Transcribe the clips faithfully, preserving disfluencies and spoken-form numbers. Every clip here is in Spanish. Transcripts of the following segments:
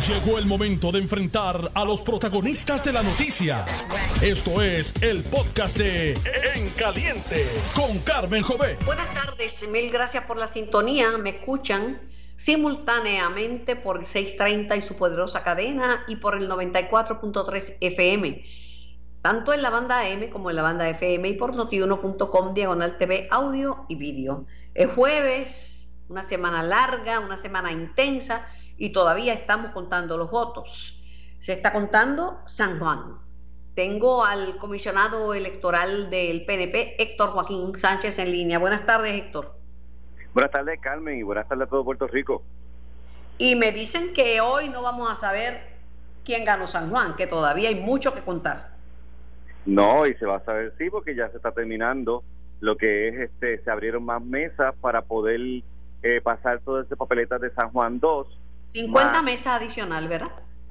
Llegó el momento de enfrentar a los protagonistas de la noticia. Esto es el podcast de En Caliente con Carmen Jovet. Buenas tardes, mil gracias por la sintonía. Me escuchan simultáneamente por el seiscientos treinta y su poderosa cadena y por el noventa y cuatro punto tres F M, tanto en la banda A M como en la banda F M y por noti uno punto com diagonal T V, audio y vídeo. Es jueves, una semana larga, una semana intensa y todavía estamos contando los votos. Se está contando San Juan. Tengo al comisionado electoral del P N P, Héctor Joaquín Sánchez, en línea. Buenas tardes, Héctor. Buenas tardes, Carmen, y buenas tardes a todo Puerto Rico. Y me dicen que hoy no vamos a saber quién ganó San Juan, que todavía hay mucho que contar. No, y se va a saber sí, porque ya se está terminando lo que es, este, se abrieron más mesas para poder eh, pasar todas esas papeletas de San Juan dos. cincuenta más, mesas adicional, ¿verdad?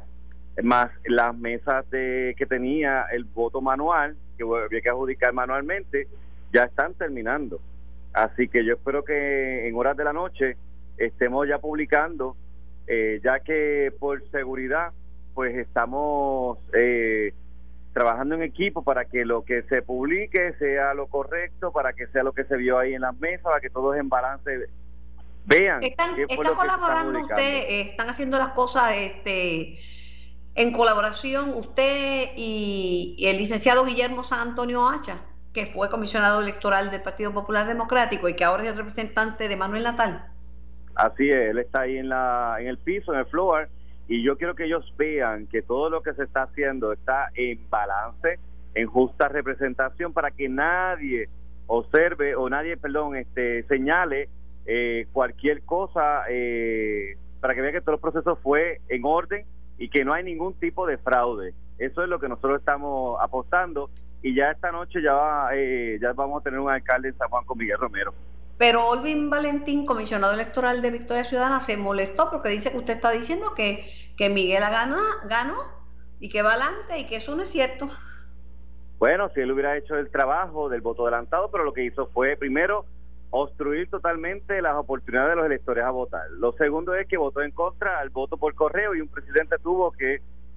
Más las mesas de que tenía el voto manual, que había que adjudicar manualmente, ya están terminando. Así que yo espero que en horas de la noche estemos ya publicando, eh, ya que por seguridad, pues estamos eh, trabajando en equipo para que lo que se publique sea lo correcto, para que sea lo que se vio ahí en las mesas, para que todos en balance vean. Están, qué fue está lo que colaborando usted, eh, están haciendo las cosas este, en colaboración usted y, y el licenciado Guillermo San Antonio Hacha, que fue comisionado electoral del Partido Popular Democrático y que ahora es el representante de Manuel Natal. Así es, él está ahí en la en el piso, en el floor, y yo quiero que ellos vean que todo lo que se está haciendo está en balance, en justa representación, para que nadie observe o nadie, perdón, este señale eh, cualquier cosa, eh, para que vean que todo el proceso fue en orden y que no hay ningún tipo de fraude. Eso es lo que nosotros estamos apostando. Y ya esta noche ya va, eh, ya vamos a tener un alcalde en San Juan con Miguel Romero. Pero Olvin Valentín, comisionado electoral de Victoria Ciudadana, se molestó porque dice que usted está diciendo que, que Miguel ganó, ganó y que va adelante y que eso no es cierto. Bueno, si él hubiera hecho el trabajo del voto adelantado, pero lo que hizo fue, primero, obstruir totalmente las oportunidades de los electores a votar. Lo segundo es que votó en contra al voto por correo y un presidente tuvo que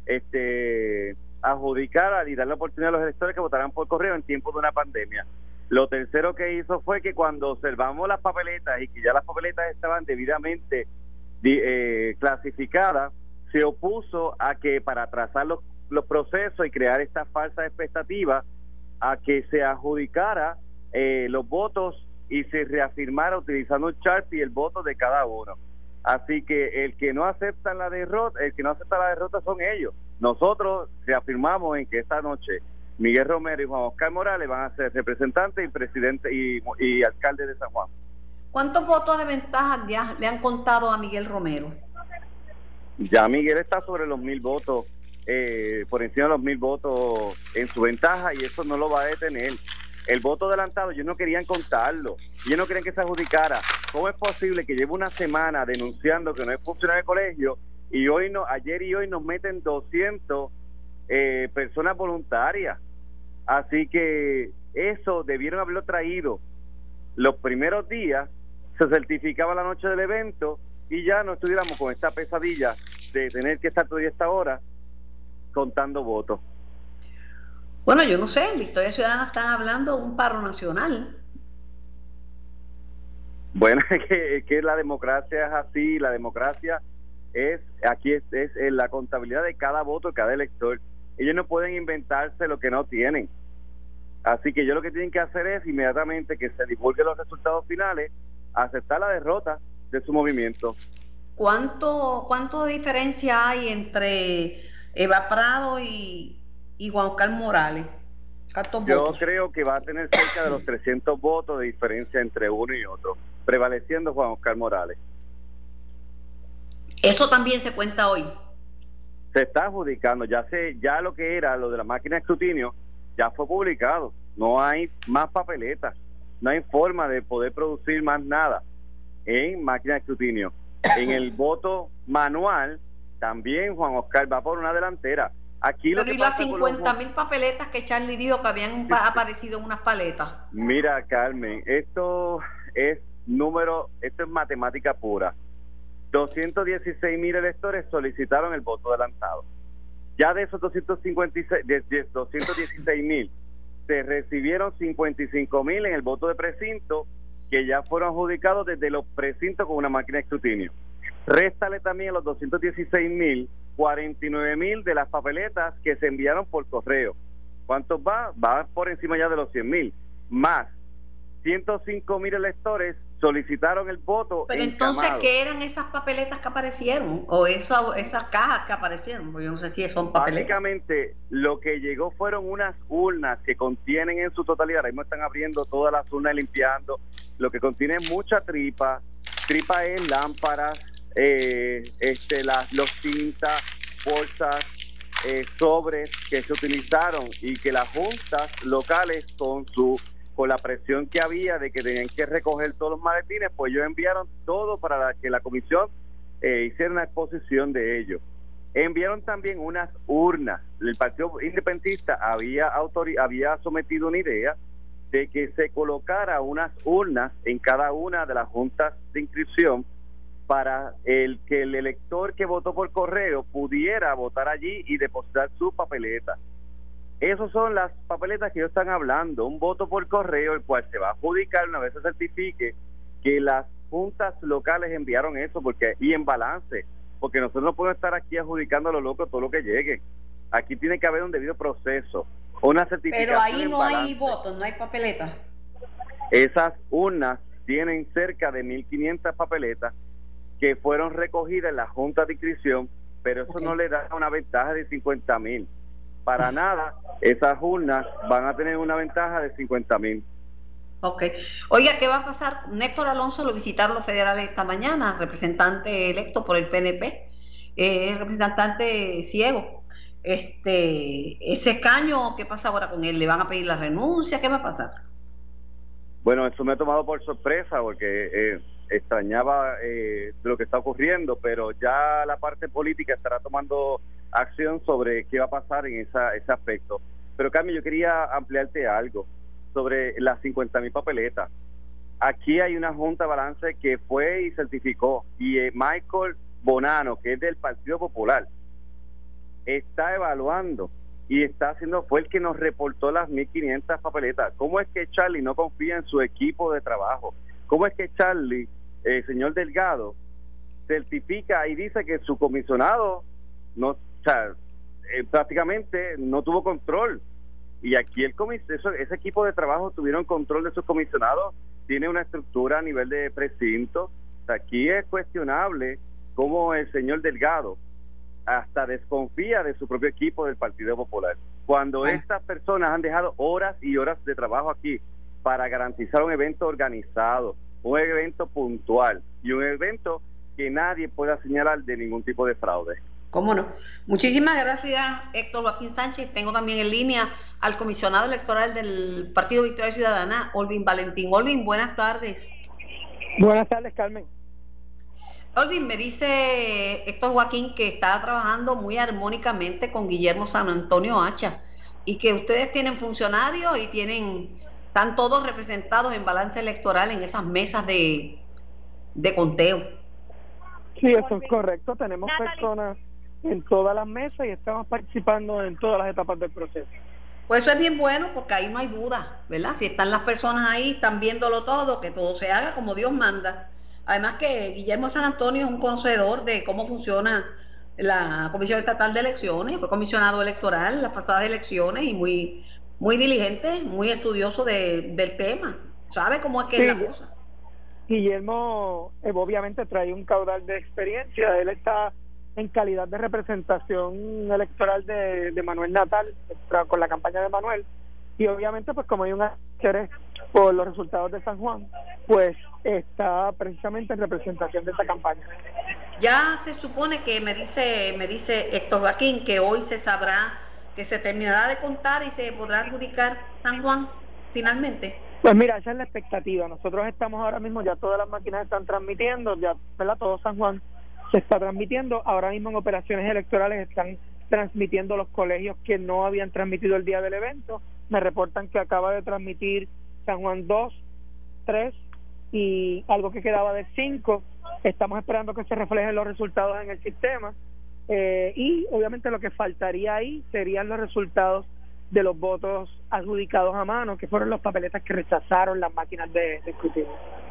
este adjudicar y dar la oportunidad a los electores que votaran por correo en tiempos de una pandemia. Lo tercero que hizo fue que cuando observamos las papeletas y que ya las papeletas estaban debidamente eh, clasificadas, se opuso a que para atrasar los, los procesos y crear estas falsas expectativas, a que se adjudicara eh, los votos y se reafirmara utilizando un Sharpie el voto de cada uno. Así que el que no acepta la derrota, el que no acepta la derrota son ellos. Nosotros reafirmamos en que esta noche Miguel Romero y Juan Oscar Morales van a ser representantes y presidente y, y alcalde de San Juan. ¿Cuántos votos de ventaja ya le han contado a Miguel Romero? Ya Miguel está sobre los mil votos, eh, por encima de los mil votos en su ventaja, y eso no lo va a detener. El voto adelantado, ellos no querían contarlo, ellos no querían que se adjudicara. ¿Cómo es posible que lleve una semana denunciando que no es funcionario de colegio y hoy no, ayer y hoy nos meten doscientas eh, personas voluntarias? Así que eso debieron haberlo traído los primeros días, se certificaba la noche del evento y ya no estuviéramos con esta pesadilla de tener que estar todavía esta hora contando votos. Bueno, yo no sé, en Victoria Ciudadana están hablando de un paro nacional. Bueno, es que, que la democracia es así, la democracia es, aquí es, es la contabilidad de cada voto de cada elector. Ellos no pueden inventarse lo que no tienen. Así que ellos lo que tienen que hacer es inmediatamente que se divulguen los resultados finales, aceptar la derrota de su movimiento. ¿Cuánto, cuánto de diferencia hay entre Eva Prado y, y Juan Oscar Morales? Yo votos? creo que va a tener cerca de los trescientos votos de diferencia entre uno y otro, prevaleciendo Juan Oscar Morales. Eso también se cuenta hoy. Se está adjudicando, ya sé, ya lo que era lo de la máquina de escrutinio ya fue publicado. No hay más papeletas, no hay forma de poder producir más nada en máquina de escrutinio. En el voto manual también Juan Oscar va por una delantera. Aquí Pero lo que y las pasa cincuenta los... mil papeletas que Charlie dijo que habían aparecido en unas paletas. Mira, Carmen, esto es número, esto es matemática pura. doscientos dieciséis mil electores solicitaron el voto adelantado. Ya de esos doscientos dieciséis mil, se recibieron cincuenta y cinco mil en el voto de precinto, que ya fueron adjudicados desde los precintos con una máquina de escrutinio. Réstale también a los doscientos dieciséis mil, cuarenta y nueve mil de las papeletas que se enviaron por correo. ¿Cuántos va? Va por encima ya de los cien mil. Más ciento cinco mil electores solicitaron el voto. Pero encamado. entonces, ¿qué eran esas papeletas que aparecieron? O eso, esas cajas que aparecieron, porque yo no sé si son papeletas. Básicamente, lo que llegó fueron unas urnas que contienen en su totalidad, ahora mismo están abriendo todas las urnas y limpiando, lo que contiene mucha tripa. Tripa es lámparas, eh, este, las, los cintas, bolsas, eh, sobres que se utilizaron y que las juntas locales con su con la presión que había de que tenían que recoger todos los maletines, pues ellos enviaron todo para la, que la comisión eh, hiciera una exposición de ellos. Enviaron también unas urnas. El Partido Independentista había, autori había sometido una idea de que se colocara unas urnas en cada una de las juntas de inscripción para el que el elector que votó por correo pudiera votar allí y depositar su papeleta. Esas son las papeletas que ellos están hablando, un voto por correo, el cual se va a adjudicar una vez se certifique que las juntas locales enviaron eso, porque y en balance, porque nosotros no podemos estar aquí adjudicando a lo loco todo lo que llegue. Aquí tiene que haber un debido proceso, una certificación. Pero ahí no balance. hay votos, no hay papeletas. Esas urnas tienen cerca de mil quinientas papeletas que fueron recogidas en la junta de inscripción, pero eso okay. no le da una ventaja de cincuenta mil. Para nada, esas urnas van a tener una ventaja de cincuenta mil. Ok. Oiga, ¿qué va a pasar? Néstor Alonso lo visitaron los federales esta mañana, representante electo por el P N P, eh, representante ciego. Este, ese escaño, ¿qué pasa ahora con él? ¿Le van a pedir la renuncia? ¿Qué va a pasar? Bueno, eso me ha tomado por sorpresa porque eh, extrañaba eh, de lo que está ocurriendo, pero ya la parte política estará tomando acción sobre qué va a pasar en esa, ese aspecto. Pero Carmen, yo quería ampliarte algo sobre las cincuenta mil papeletas. Aquí hay una junta de balance que fue y certificó, y eh, Michael Bonano, que es del Partido Popular, está evaluando y está haciendo, fue el que nos reportó las mil quinientas papeletas. ¿Cómo es que Charlie no confía en su equipo de trabajo? ¿Cómo es que Charlie, el eh, señor Delgado, certifica y dice que su comisionado no, o sea, eh, prácticamente no tuvo control? Y aquí el comis eso, ese equipo de trabajo tuvieron control de sus comisionados, tiene una estructura a nivel de precinto. O sea, aquí es cuestionable cómo el señor Delgado hasta desconfía de su propio equipo del Partido Popular, cuando ah. estas personas han dejado horas y horas de trabajo aquí para garantizar un evento organizado, un evento puntual y un evento que nadie pueda señalar de ningún tipo de fraude. ¿Cómo no? Muchísimas gracias, Héctor Joaquín Sánchez. Tengo también en línea al comisionado electoral del Partido Victoria Ciudadana, Olvin Valentín. Olvin, buenas tardes. Buenas tardes, Carmen. Olvin, me dice Héctor Joaquín que está trabajando muy armónicamente con Guillermo San Antonio Hacha y que ustedes tienen funcionarios y tienen están todos representados en balance electoral en esas mesas de, de conteo. Sí, eso es correcto. Tenemos personas en todas las mesas y estamos participando en todas las etapas del proceso. Pues eso es bien bueno porque ahí no hay duda, ¿verdad? Si están las personas ahí, están viéndolo todo, que todo se haga como Dios manda. Además que Guillermo San Antonio es un conocedor de cómo funciona la Comisión Estatal de Elecciones, fue comisionado electoral en las pasadas elecciones y muy muy diligente, muy estudioso de, del tema, sabe cómo es que sí, es la cosa. Guillermo eh, obviamente trae un caudal de experiencia, él está en calidad de representación electoral de, de Manuel Natal, con la campaña de Manuel, y obviamente pues como hay un interés por los resultados de San Juan, pues está precisamente en representación de esta campaña. Ya se supone que me dice me dice Héctor Joaquín que hoy se sabrá, que se terminará de contar y se podrá adjudicar San Juan finalmente. Pues mira, esa es la expectativa. Nosotros estamos ahora mismo, ya todas las máquinas están transmitiendo, ya, ¿verdad? Todo San Juan se está transmitiendo. Ahora mismo en operaciones electorales están transmitiendo los colegios que no habían transmitido el día del evento. Me reportan que acaba de transmitir San Juan dos, tres y algo que quedaba de cinco. Estamos esperando que se reflejen los resultados en el sistema eh, y obviamente lo que faltaría ahí serían los resultados de los votos adjudicados a mano, que fueron los papeletas que rechazaron las máquinas de, de escrutinio.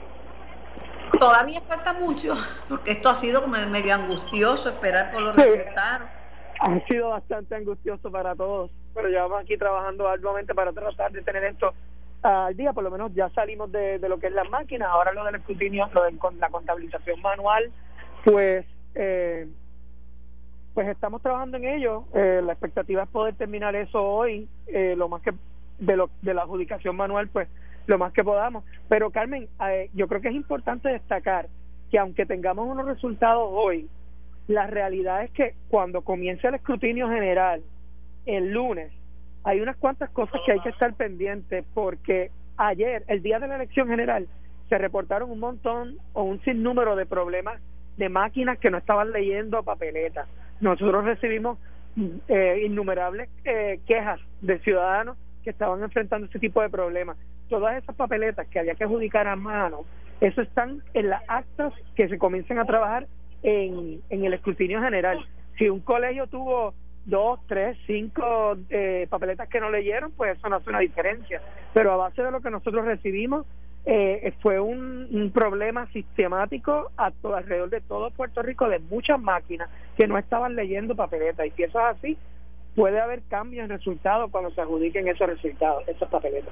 Todavía falta mucho, porque esto ha sido como medio angustioso esperar por los sí, resultados. Ha sido bastante angustioso para todos, pero llevamos aquí trabajando arduamente para tratar de tener esto al día. Por lo menos ya salimos de, de lo que es las máquinas. Ahora lo del escrutinio, lo de la contabilización manual, pues eh, pues estamos trabajando en ello. Eh, la expectativa es poder terminar eso hoy, eh, lo más que de lo de la adjudicación manual, pues lo más que podamos. Pero Carmen, eh, yo creo que es importante destacar que aunque tengamos unos resultados hoy, la realidad es que cuando comience el escrutinio general el lunes, hay unas cuantas cosas que hay que estar pendientes, porque ayer, el día de la elección general, se reportaron un montón o un sinnúmero de problemas de máquinas que no estaban leyendo papeletas. Nosotros recibimos eh, innumerables eh, quejas de ciudadanos que estaban enfrentando ese tipo de problemas. Todas esas papeletas que había que adjudicar a mano, eso están en las actas que se comiencen a trabajar en, en el escrutinio general. Si un colegio tuvo dos, tres, cinco eh, papeletas que no leyeron, pues eso no hace una diferencia. Pero a base de lo que nosotros recibimos, eh, fue un, un problema sistemático a todo, alrededor de todo Puerto Rico, de muchas máquinas que no estaban leyendo papeletas. Y si eso es así, puede haber cambios en resultados cuando se adjudiquen esos resultados, esas papeletas.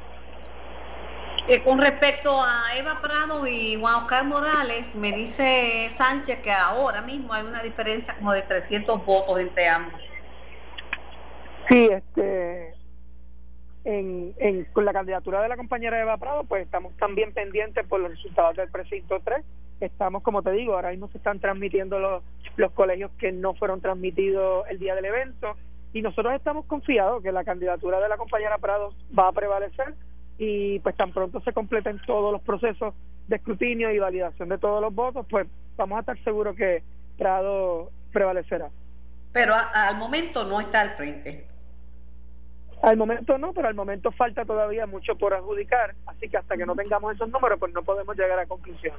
Eh, con respecto a Eva Prado y Juan Oscar Morales, me dice Sánchez que ahora mismo hay una diferencia como de trescientos votos entre ambos. Sí, este, en, en con la candidatura de la compañera Eva Prado, pues estamos también pendientes por los resultados del precinto tres. Estamos, como te digo, ahora mismo se están transmitiendo los, los colegios que no fueron transmitidos el día del evento, y nosotros estamos confiados que la candidatura de la compañera Prado va a prevalecer, y pues tan pronto se completen todos los procesos de escrutinio y validación de todos los votos, pues vamos a estar seguros que Prado prevalecerá. Pero a, al momento no está al frente. Al momento no, pero al momento falta todavía mucho por adjudicar, así que hasta que no tengamos esos números, pues no podemos llegar a conclusiones.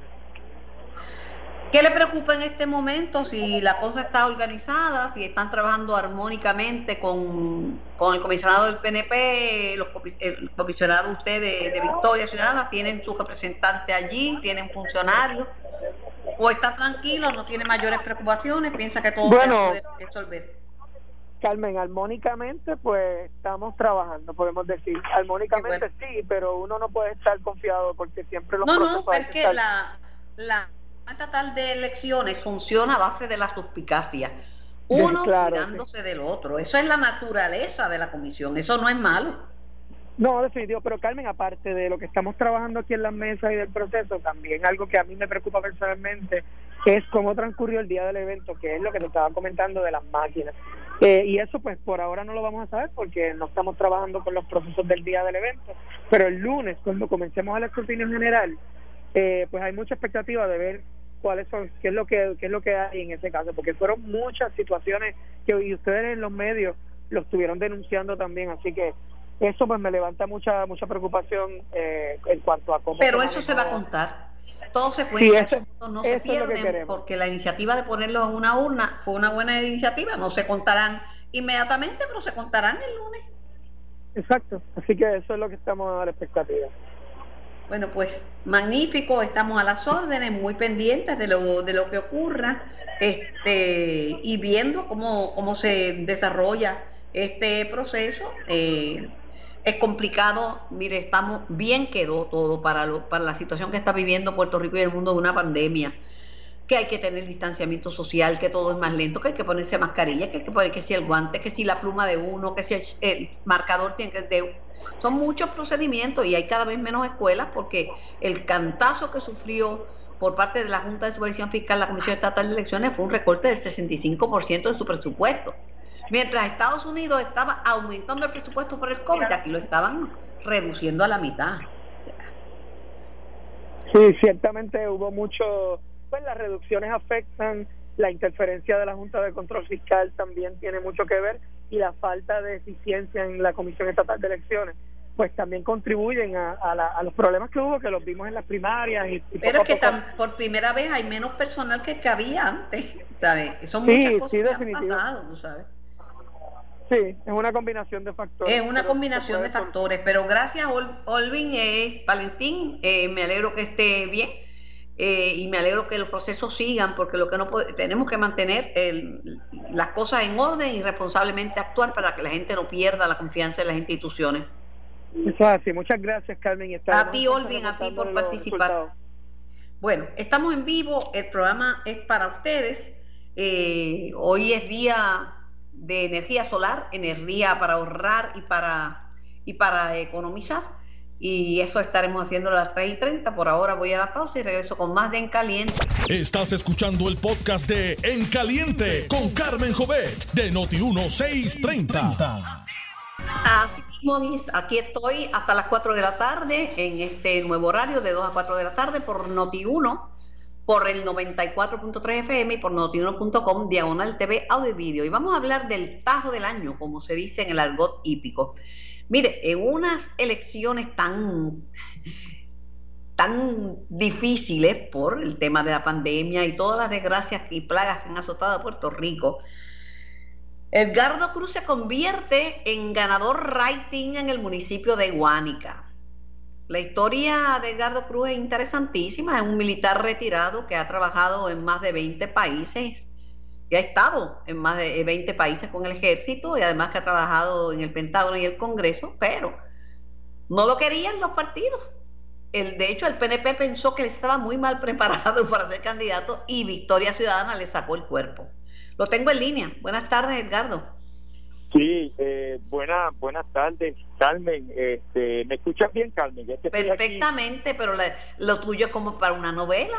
¿Qué le preocupa en este momento? Si la cosa está organizada, si están trabajando armónicamente con, con el comisionado del P N P, los, el comisionado usted de, de Victoria Ciudadana, tienen su representante allí, tienen funcionarios, o está tranquilo, no tiene mayores preocupaciones, piensa que todo bueno, se puede resolver. Carmen, armónicamente pues estamos trabajando, podemos decir, armónicamente sí, bueno. Sí, pero uno no puede estar confiado porque siempre los no, procesos no, es que estar... la, la estatal de elecciones funciona a base de la suspicacia, uno claro, cuidándose sí. del otro. Eso es la naturaleza de la comisión, eso no es malo. No, definitivo, pero Carmen, aparte de lo que estamos trabajando aquí en las mesas y del proceso, también algo que a mí me preocupa personalmente es cómo transcurrió el día del evento, que es lo que te estaba comentando de las máquinas. Eh, y eso pues por ahora no lo vamos a saber porque no estamos trabajando con los procesos del día del evento, pero el lunes cuando comencemos el escrutinio general, eh, pues hay mucha expectativa de ver cuáles son, qué es lo que qué es lo que hay en ese caso, porque fueron muchas situaciones que y ustedes en los medios lo estuvieron denunciando también, así que eso pues me levanta mucha mucha preocupación eh, en cuanto a cómo. Pero eso manejó. Se va a contar, todo se cuenta, sí, eso, no se pierden, porque la iniciativa de ponerlo en una urna fue una buena iniciativa, no se contarán inmediatamente, pero se contarán el lunes. Exacto, así que eso es lo que estamos a la expectativa. Bueno, pues magnífico, estamos a las órdenes, muy pendientes de lo de lo que ocurra, este y viendo cómo cómo se desarrolla este proceso. Eh, es complicado, mire, estamos bien quedó todo para lo, para la situación que está viviendo Puerto Rico y el mundo de una pandemia, que hay que tener distanciamiento social, que todo es más lento, que hay que ponerse mascarilla, que hay que poner que si el guante, que si la pluma de uno, que si el, el marcador tiene que de son muchos procedimientos y hay cada vez menos escuelas porque el cantazo que sufrió por parte de la Junta de Supervisión Fiscal, la Comisión Estatal de Elecciones, fue un recorte del sesenta y cinco por ciento de su presupuesto. Mientras Estados Unidos estaba aumentando el presupuesto por el COVID, aquí lo estaban reduciendo a la mitad. O sea. Sí, ciertamente hubo mucho, pues las reducciones afectan, la interferencia de la Junta de Control Fiscal también tiene mucho que ver y la falta de eficiencia en la Comisión Estatal de Elecciones. pues también contribuyen a, a, la, a los problemas que hubo, que los vimos en las primarias. Y, y Pero es que poco tan, por primera vez hay menos personal que, que había antes, ¿sabes? Son sí, muchas cosas sí, que definitivo. han pasado, ¿tú sabes? Sí, es una combinación de factores. Es una combinación de por... factores, pero gracias, Ol, Olvin, eh, Valentín, eh, me alegro que esté bien eh, y me alegro que los procesos sigan, porque lo que no puede, tenemos que mantener el, las cosas en orden y responsablemente actuar para que la gente no pierda la confianza en las instituciones. Eso es así. Muchas gracias, Carmen. A ti, Olvin, a ti por participar. Resultados. Bueno, estamos en vivo, el programa es para ustedes. Eh, hoy es día de energía solar, energía para ahorrar y para, y para economizar. Y eso estaremos haciendo a las tres y treinta. Por ahora voy a la pausa y regreso con más de En Caliente. Estás escuchando el podcast de En Caliente con Carmen Jovet de Noti uno seiscientos treinta. Así mismo, aquí estoy hasta las cuatro de la tarde en este nuevo horario de dos a cuatro de la tarde por Noti uno, por el noventa y cuatro punto tres F M y por noti uno punto com, diagonal T V, audio y video. Y vamos a hablar del tajo del año, como se dice en el argot hípico. Mire, en unas elecciones tan, tan difíciles por el tema de la pandemia y todas las desgracias y plagas que han azotado a Puerto Rico, Edgardo Cruz se convierte en ganador rating en el municipio de Guánica. La historia de Edgardo Cruz es interesantísima. Es un militar retirado que ha trabajado en más de veinte países, que ha estado en más de veinte países con el ejército y además que ha trabajado en el Pentágono y el Congreso, pero no lo querían los partidos. El, de hecho, el P N P pensó que estaba muy mal preparado para ser candidato y Victoria Ciudadana le sacó el cuerpo. Lo tengo en línea. Buenas tardes, Edgardo. Sí, eh, buena, buenas tardes, Carmen. Este, ¿me escuchas bien, Carmen? Ya perfectamente, pero la, lo tuyo es como para una novela.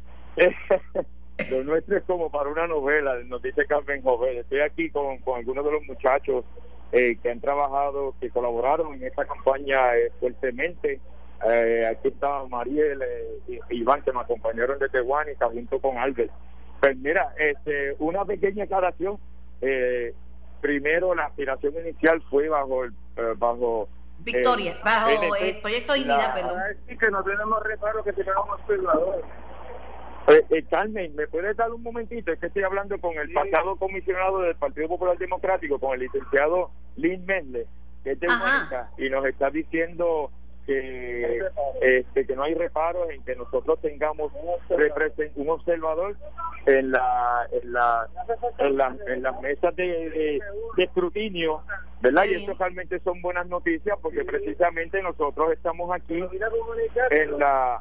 Lo nuestro es como para una novela, nos dice Carmen Jovet. Estoy aquí con, con algunos de los muchachos eh, que han trabajado, que colaboraron en esta campaña eh, fuertemente. Eh, aquí está Mariel eh, y Iván, que me acompañaron desde Guánica junto con Albert. Pues mira, este, una pequeña aclaración. Eh, primero, la aspiración inicial fue bajo el eh, bajo Victoria, eh, bajo N P, el proyecto Dignidad, perdón. Sí, que no tenemos reparo que tengamos observadores. Eh, eh, Carmen, ¿me puedes dar un momentito? Es que estoy hablando con el sí. pasado comisionado del Partido Popular Democrático, con el licenciado Lynn Méndez, que es de Huanca, y nos está diciendo que este que no hay reparos en que nosotros tengamos un observador en la en la en, la, en las mesas de, de, de escrutinio, ¿verdad? Y eso realmente son buenas noticias porque precisamente nosotros estamos aquí en la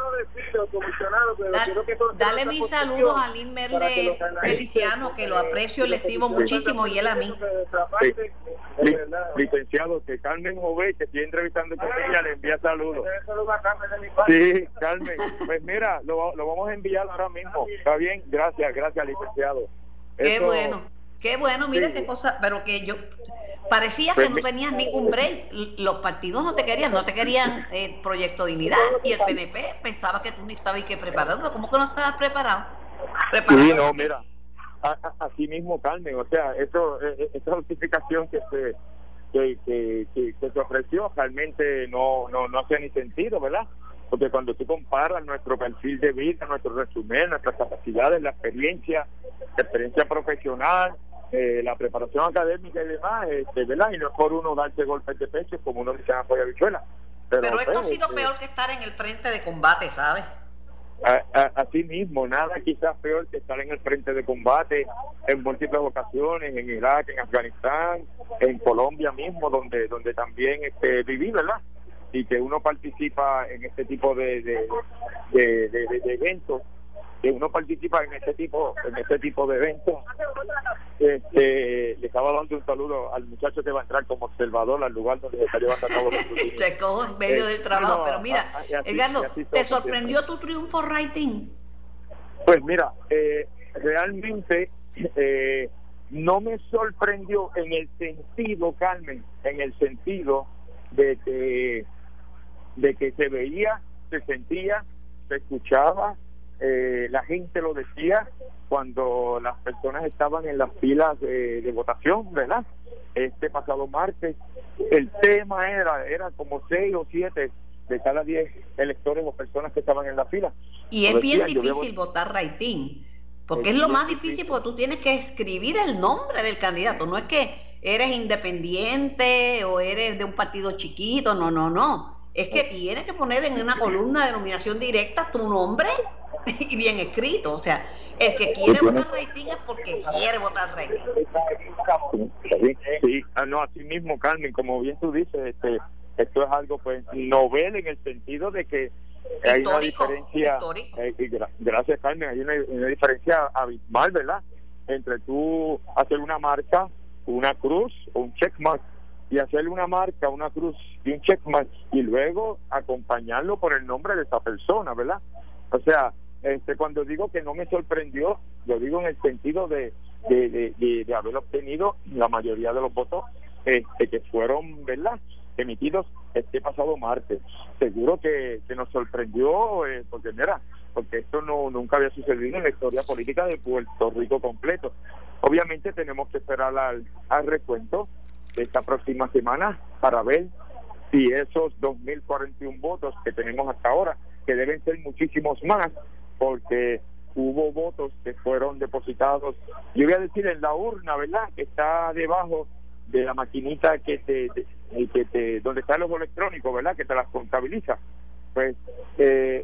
Dale, dale mis saludos a Lynn Merle Feliciano, que lo aprecio, le estimo muchísimo, y él a mí. Sí. Licenciado, que Carmen Jovet, que estoy entrevistando con ella, le envía saludos. Sí, Carmen, pues mira, lo, lo vamos a enviar ahora mismo. Está bien, gracias, gracias, licenciado. Qué Eso, bueno, qué bueno, mira sí. qué cosa, pero que yo parecía que no tenías ningún break. Los partidos no te querían, no te querían el Proyecto Dignidad, y el P N P pensaba que tú ni estabas que preparado. ¿Cómo que no estabas preparado? ¿Preparado? Sí, no, mira, a, a, así mismo, Carmen, o sea, eso, esa justificación que se que, que, que, que se ofreció realmente no, no, no hace ni sentido, ¿verdad? Porque cuando tú comparas nuestro perfil de vida, nuestro resumen, nuestras capacidades, la experiencia, la experiencia profesional, eh, la preparación académica y demás, este, ¿verdad? Y no es por uno darse golpes de pecho como uno dice en Apoya Bichuela. Pero, Pero esto pues, ha sido este, peor que estar en el frente de combate, ¿sabes? A, a, así mismo, nada quizás peor que estar en el frente de combate en múltiples ocasiones, en Irak, en Afganistán, en Colombia mismo, donde donde también este, viví, ¿verdad? Y que uno participa en este tipo de de, de, de, de, de eventos, que uno participa en este tipo en este tipo de eventos. Este, le estaba dando un saludo al muchacho que va a entrar como observador al lugar donde se está llevando a cabo los escrutinios. Te cojo en medio eh, del trabajo, no, pero mira, a, a, así, Edgardo, ¿te sorprendió siempre tu triunfo rating? Pues mira, eh, realmente eh, no me sorprendió en el sentido, Carmen, en el sentido de que de que se veía, se sentía, se escuchaba, eh, la gente lo decía cuando las personas estaban en las filas de, de votación, ¿verdad? este pasado martes. El tema era, era como seis o siete de cada diez electores o personas que estaban en la fila. Y es bien difícil votar write-in, porque es lo más difícil, porque tú tienes que escribir el nombre del candidato, no es que eres independiente o eres de un partido chiquito, no, no, no. Es que tienes que poner en una columna de nominación directa tu nombre y bien escrito. O sea, el que quiere votar write-in es porque quiere votar write-in. Sí, sí. Ah, no, así mismo, Carmen, como bien tú dices, este, esto es algo pues novel en el sentido de que hay histórico, una diferencia, eh, y gra gracias Carmen, hay una, una diferencia abismal, ¿verdad? Entre tú hacer una marca, una cruz o un checkmark, y hacerle una marca, una cruz y un checkmark, y luego acompañarlo por el nombre de esa persona, ¿verdad? O sea, este cuando digo que no me sorprendió, lo digo en el sentido de de, de, de, de haber obtenido la mayoría de los votos este, que fueron, ¿verdad?, emitidos este pasado martes. Seguro que, que nos sorprendió, eh, porque mira, porque esto no nunca había sucedido en la historia política de Puerto Rico completo. Obviamente tenemos que esperar al, al recuento de esta próxima semana para ver si esos dos mil cuarenta y uno votos que tenemos hasta ahora, que deben ser muchísimos más, porque hubo votos que fueron depositados, yo voy a decir en la urna, ¿verdad?, que está debajo de la maquinita que te, de, que te donde está el ojo electrónico, ¿verdad?, que te las contabiliza. Pues eh,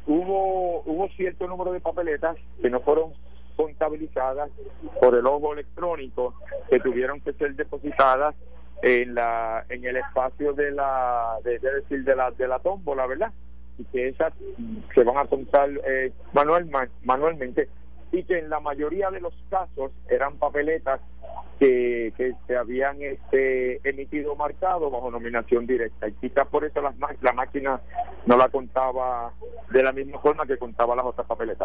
hubo hubo cierto número de papeletas que no fueron contabilizadas por el ojo electrónico, que tuvieron que ser depositadas en la en el espacio de la de, de decir de la de la tómbola, ¿verdad?, y que esas se van a contar eh, manual, manualmente, y que en la mayoría de los casos eran papeletas que, que se habían este emitido marcado bajo nominación directa, y quizás por eso las, la máquina no la contaba de la misma forma que contaba las otras papeletas.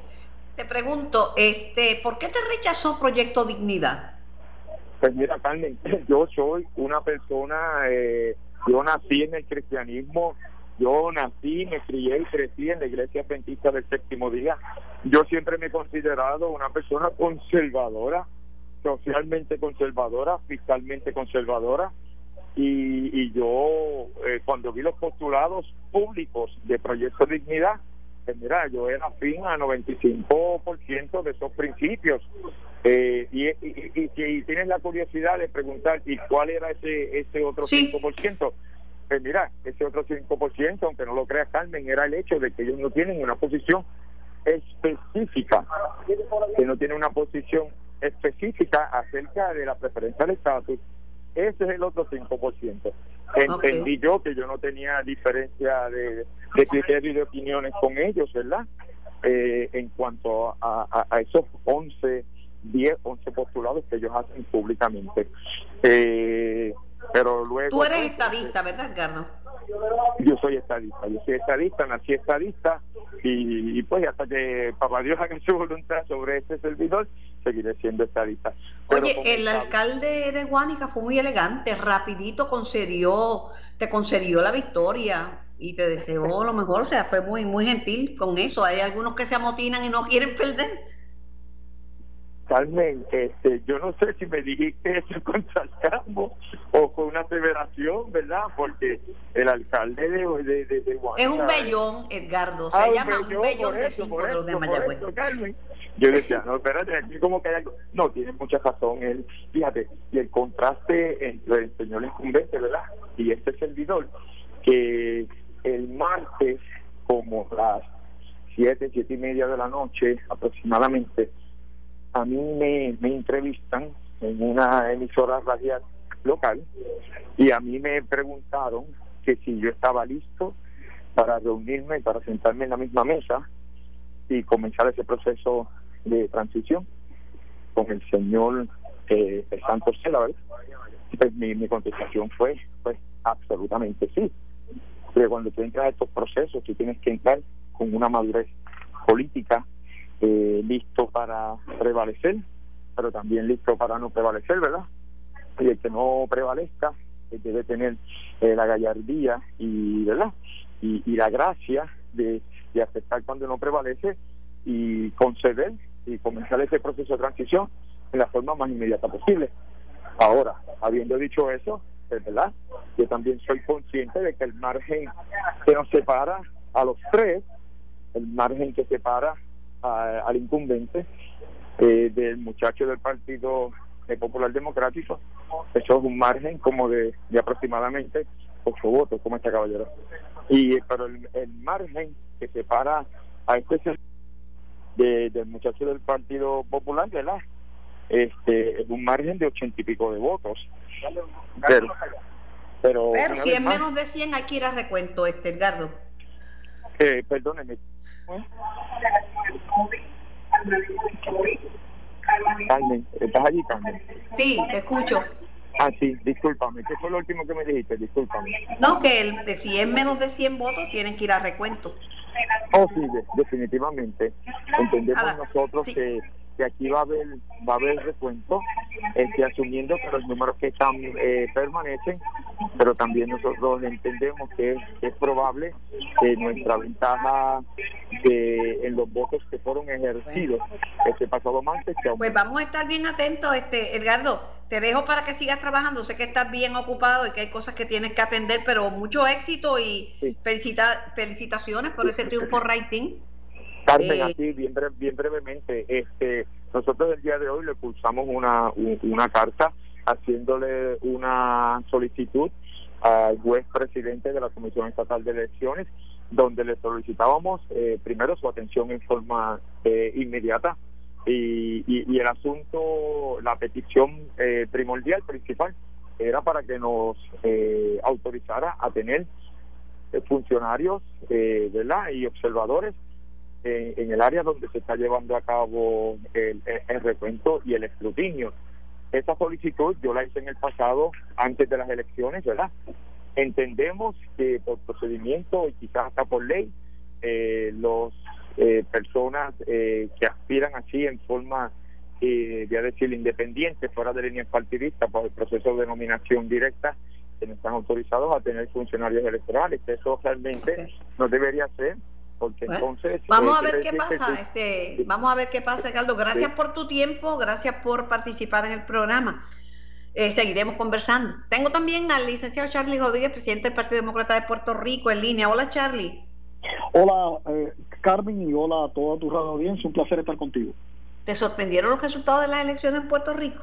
Te pregunto, este, ¿por qué te rechazó Proyecto Dignidad? Pues mira, Carmen, yo soy una persona, eh, yo nací en el cristianismo, yo nací, me crié y crecí en la Iglesia Adventista del Séptimo Día. Yo siempre me he considerado una persona conservadora, socialmente conservadora, fiscalmente conservadora, y, y yo eh, cuando vi los postulados públicos de Proyecto Dignidad, pues mira, yo era afín a noventa y cinco por ciento de esos principios, eh, y, y, y, y, y tienes la curiosidad de preguntar, ¿y cuál era ese, ese otro sí. cinco por ciento? Pues mira, ese otro cinco por ciento, aunque no lo creas, Carmen, era el hecho de que ellos no tienen una posición específica, que no tienen una posición específica acerca de la preferencia del estatus. Ese es el otro cinco por ciento. Entendí okay. yo que yo no tenía diferencia de, de criterio y de opiniones con ellos, ¿verdad? Eh, en cuanto a, a, a esos once, diez, once postulados que ellos hacen públicamente. Eh, pero luego... Tú eres estadista, ¿verdad, Edgardo? Yo soy estadista, yo soy estadista, nací estadista, y, y pues hasta que papá Dios haga su voluntad sobre este servidor, seguiré siendo estadista. Pero oye, el alcalde de Guánica fue muy elegante, rapidito concedió, te concedió la victoria y te deseó lo mejor, o sea, fue muy muy gentil con eso. Hay algunos que se amotinan y no quieren perder. Carmen, este, yo no sé si me dijiste eso con sarcasmo o con una aseveración, ¿verdad? Porque el alcalde de, de, de, de Guánica es un bellón, Edgardo, se ah, llama un bellón, un bellón de eso, cinco de los de Mayagüez. Eso, Carmen. Yo decía, no, espérate, aquí como que hay algo. No, tiene mucha razón él. Fíjate, y el contraste entre el señor incumbente, ¿verdad?, y este servidor, que el martes, como las siete, siete y media de la noche aproximadamente, a mí me, me entrevistan en una emisora radial local, y a mí me preguntaron que si yo estaba listo para reunirme, para sentarme en la misma mesa y comenzar ese proceso de transición con el señor eh, Santos Cela, ¿verdad? Pues mi, mi contestación fue pues absolutamente sí. Porque cuando tú entras a estos procesos, tú tienes que entrar con una madurez política, eh, listo para prevalecer, pero también listo para no prevalecer, ¿verdad? Y el que no prevalezca eh, debe tener eh, la gallardía y, ¿verdad?, y, y la gracia de, de aceptar cuando no prevalece y conceder y comenzar ese proceso de transición en la forma más inmediata posible. Ahora, habiendo dicho eso, es verdad, yo también soy consciente de que el margen que nos separa a los tres, el margen que separa a, al incumbente eh, del muchacho del Partido Popular Democrático, eso es un margen como de, de aproximadamente ocho votos, como este caballero. Y pero el, el margen que separa a este de, del muchacho del Partido Popular, ¿verdad? Este es un margen de ochenta y pico de votos. Pero, pero, pero si es más, menos de cien hay que ir a recuento, este Edgardo. Eh, perdóneme. Carmen, ¿estás allí, Carmen? Sí, te escucho. Ah, sí, discúlpame, ¿qué fue lo último que me dijiste? Discúlpame. No, que el, de, si es menos de cien votos tienen que ir a recuento. Oh, sí, de, definitivamente. Entendemos Ahora, nosotros sí. que, que aquí va a haber va a haber recuento, este, asumiendo que los números que están eh, permanecen, pero también nosotros entendemos que es, es probable que nuestra ventaja de, en los votos que fueron ejercidos este pasado martes. Pues vamos a estar bien atentos, este Edgardo. Te dejo para que sigas trabajando. Sé que estás bien ocupado y que hay cosas que tienes que atender, pero mucho éxito y sí. felicita, felicitaciones por ese triunfo rating. Carmen, eh, así bien, bre bien brevemente, este, nosotros el día de hoy le pulsamos una, una carta haciéndole una solicitud al juez presidente de la Comisión Estatal de Elecciones, donde le solicitábamos eh, primero su atención en forma eh, inmediata y, y, y el asunto, la petición eh, primordial, principal, era para que nos eh, autorizara a tener eh, funcionarios eh, ¿verdad? y observadores eh, en el área donde se está llevando a cabo el, el, el recuento y el escrutinio. Esta solicitud yo la hice en el pasado, antes de las elecciones, ¿verdad? Entendemos que por procedimiento y quizás hasta por ley, eh, los eh, personas eh, que aspiran así en forma, eh, voy a decir, independiente, fuera de líneas partidistas, por el proceso de nominación directa, que no están autorizados a tener funcionarios electorales. Eso realmente okay. no debería ser, porque bueno, entonces... Vamos eh, a ver qué pasa, que, este, vamos a ver qué pasa, Edgardo. Gracias sí. por tu tiempo, gracias por participar en el programa. Eh, seguiremos conversando. Tengo también al licenciado Charlie Rodríguez, presidente del Partido Demócrata de Puerto Rico, en línea. Hola, Charlie. Hola, eh, Carmen, y hola a toda tu radio audiencia. Un placer estar contigo. ¿Te sorprendieron los resultados de las elecciones en Puerto Rico?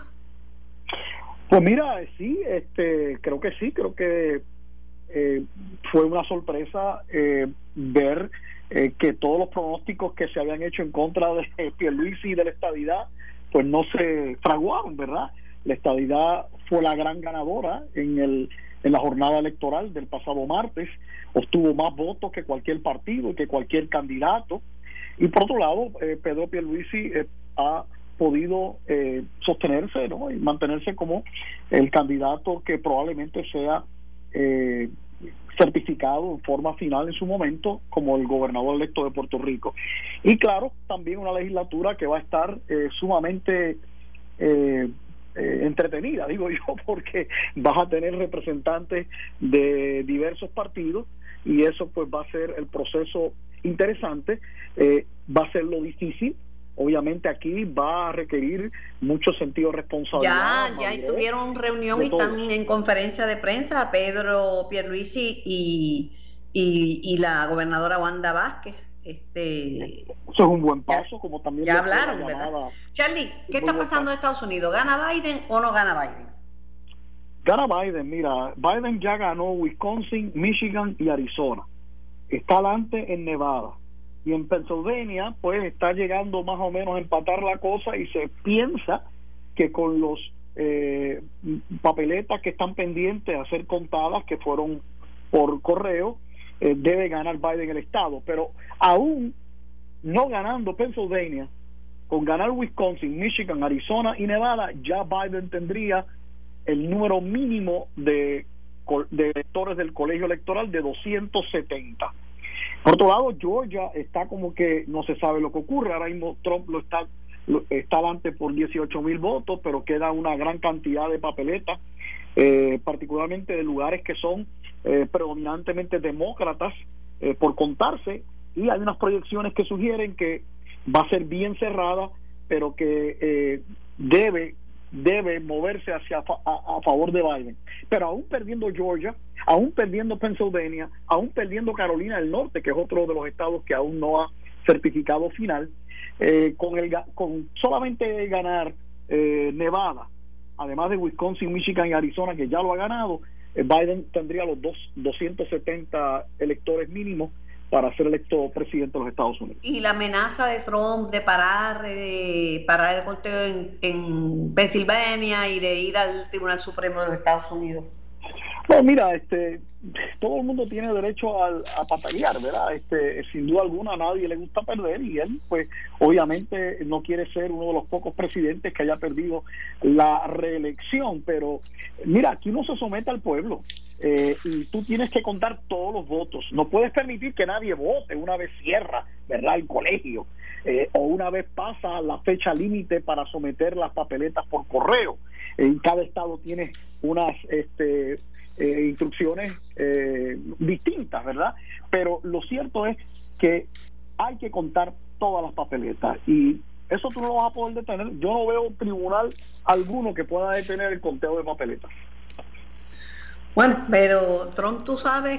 Pues mira, sí, este, creo que sí, creo que eh, fue una sorpresa eh, ver eh, que todos los pronósticos que se habían hecho en contra de Pierluisi y de la estadidad, pues no se fraguaron, ¿verdad? La estadidad fue la gran ganadora en el en la jornada electoral del pasado martes, obtuvo más votos que cualquier partido y que cualquier candidato, y por otro lado eh, Pedro Pierluisi eh, ha podido eh, sostenerse, ¿no? y mantenerse como el candidato que probablemente sea eh, certificado en forma final en su momento como el gobernador electo de Puerto Rico. Y claro, también una legislatura que va a estar eh, sumamente eh, Eh, entretenida, digo yo, porque vas a tener representantes de diversos partidos y eso pues va a ser el proceso interesante, eh, va a ser lo difícil, obviamente aquí va a requerir mucho sentido de responsabilidad. Ya, ya tuvieron reunión y están en conferencia de prensa Pedro Pierluisi y, y, y la gobernadora Wanda Vázquez. Este, eso es un buen paso, ya, como también ya hablaron, ¿verdad? Charlie, ¿qué está pasando en Estados Unidos? ¿Gana Biden o no gana Biden? Gana Biden, mira, Biden ya ganó Wisconsin, Michigan y Arizona, está adelante en Nevada y en Pennsylvania pues está llegando más o menos a empatar la cosa y se piensa que con los eh, papeletas que están pendientes a ser contadas, que fueron por correo, Eh, debe ganar Biden el estado, pero aún no ganando Pennsylvania, con ganar Wisconsin, Michigan, Arizona y Nevada, ya Biden tendría el número mínimo de, de electores del colegio electoral de doscientos setenta. Por otro lado, Georgia está como que no se sabe lo que ocurre. Ahora mismo Trump lo está lo, está adelante por dieciocho mil votos, pero queda una gran cantidad de papeletas, eh, particularmente de lugares que son Eh, predominantemente demócratas eh, por contarse, y hay unas proyecciones que sugieren que va a ser bien cerrada, pero que eh, debe debe moverse hacia a, a, a favor de Biden. Pero aún perdiendo Georgia, aún perdiendo Pennsylvania, aún perdiendo Carolina del Norte, que es otro de los estados que aún no ha certificado final, eh, con el con solamente ganar eh, Nevada, además de Wisconsin, Michigan y Arizona, que ya lo ha ganado, eh, Biden tendría los dos, doscientos setenta electores mínimos para ser electo presidente de los Estados Unidos. Y la amenaza de Trump de parar eh, parar el conteo en, en Pensilvania y de ir al Tribunal Supremo de los Estados Unidos. No, mira, este, todo el mundo tiene derecho a, a batallar, ¿verdad? Este, sin duda alguna a nadie le gusta perder y él, pues, obviamente no quiere ser uno de los pocos presidentes que haya perdido la reelección, pero mira, aquí no se somete al pueblo. Eh, y tú tienes que contar todos los votos. No puedes permitir que nadie vote una vez cierra, ¿verdad?, el colegio, eh, o una vez pasa la fecha límite para someter las papeletas por correo. En cada estado tiene unas este, eh, instrucciones eh, distintas, ¿verdad? Pero lo cierto es que hay que contar todas las papeletas y eso tú no lo vas a poder detener. Yo no veo tribunal alguno que pueda detener el conteo de papeletas. Bueno, pero Trump, tú sabes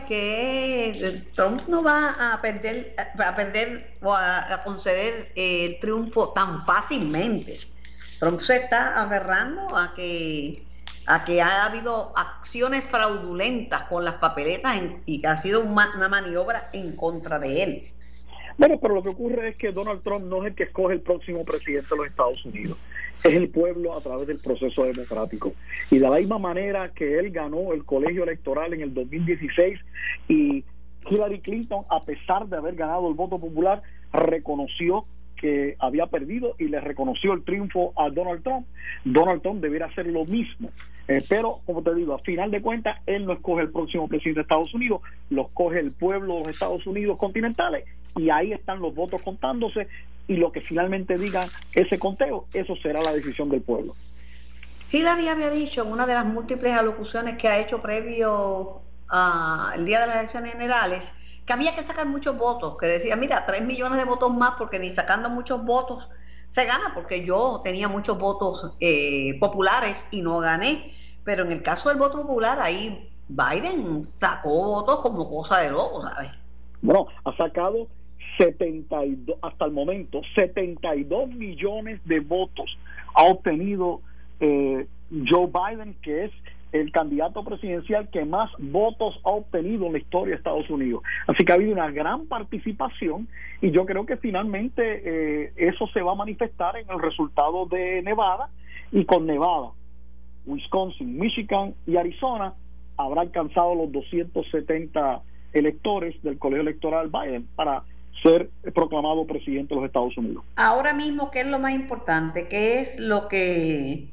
que Trump no va a perder, a perder o a, a conceder el triunfo tan fácilmente. Trump se está aferrando a que a que ha habido acciones fraudulentas con las papeletas en, y que ha sido una, una maniobra en contra de él. Bueno, pero lo que ocurre es que Donald Trump no es el que escoge el próximo presidente de los Estados Unidos, es el pueblo a través del proceso democrático. Y de la misma manera que él ganó el colegio electoral en el dos mil dieciséis y Hillary Clinton, a pesar de haber ganado el voto popular, reconoció que había perdido y le reconoció el triunfo a Donald Trump. Donald Trump debería hacer lo mismo, eh, pero como te digo, a final de cuentas él no escoge el próximo presidente de Estados Unidos, lo escoge el pueblo de los Estados Unidos continentales y ahí están los votos contándose y lo que finalmente diga ese conteo, eso será la decisión del pueblo. Hillary había dicho en una de las múltiples alocuciones que ha hecho previo al día de las elecciones generales que había que sacar muchos votos, que decía, mira, tres millones de votos más, porque ni sacando muchos votos se gana, porque yo tenía muchos votos eh, populares y no gané, pero en el caso del voto popular, ahí Biden sacó votos como cosa de loco, ¿sabes? Bueno, ha sacado setenta y dos, hasta el momento, setenta y dos millones de votos ha obtenido eh, Joe Biden, que es el candidato presidencial que más votos ha obtenido en la historia de Estados Unidos. Así que ha habido una gran participación y yo creo que finalmente eh, eso se va a manifestar en el resultado de Nevada, y con Nevada, Wisconsin, Michigan y Arizona habrá alcanzado los doscientos setenta electores del colegio electoral Biden para ser proclamado presidente de los Estados Unidos. Ahora mismo, ¿qué es lo más importante? ¿Qué es lo que...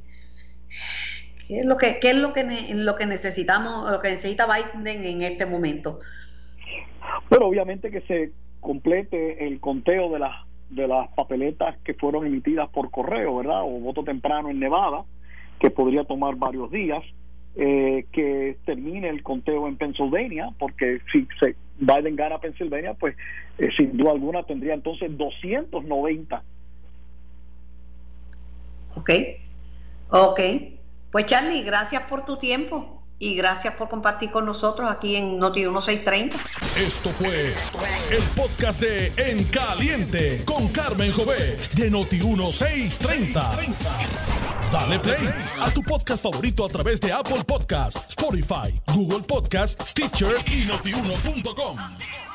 ¿Qué es lo que, qué es lo que, lo que necesitamos, lo que necesita Biden en este momento? Bueno, obviamente que se complete el conteo de las de las papeletas que fueron emitidas por correo, ¿verdad? O voto temprano en Nevada, que podría tomar varios días, eh, que termine el conteo en Pennsylvania, porque si se, Biden gana Pennsylvania, pues eh, sin duda alguna tendría entonces doscientos noventa. Ok, ok. Pues Charlie, gracias por tu tiempo y gracias por compartir con nosotros aquí en Noti uno seis treinta. Esto fue el podcast de En Caliente con Carmen Jovet de Noti uno seis treinta. Dale play a tu podcast favorito a través de Apple Podcasts, Spotify, Google Podcasts, Stitcher y noти uno punto com.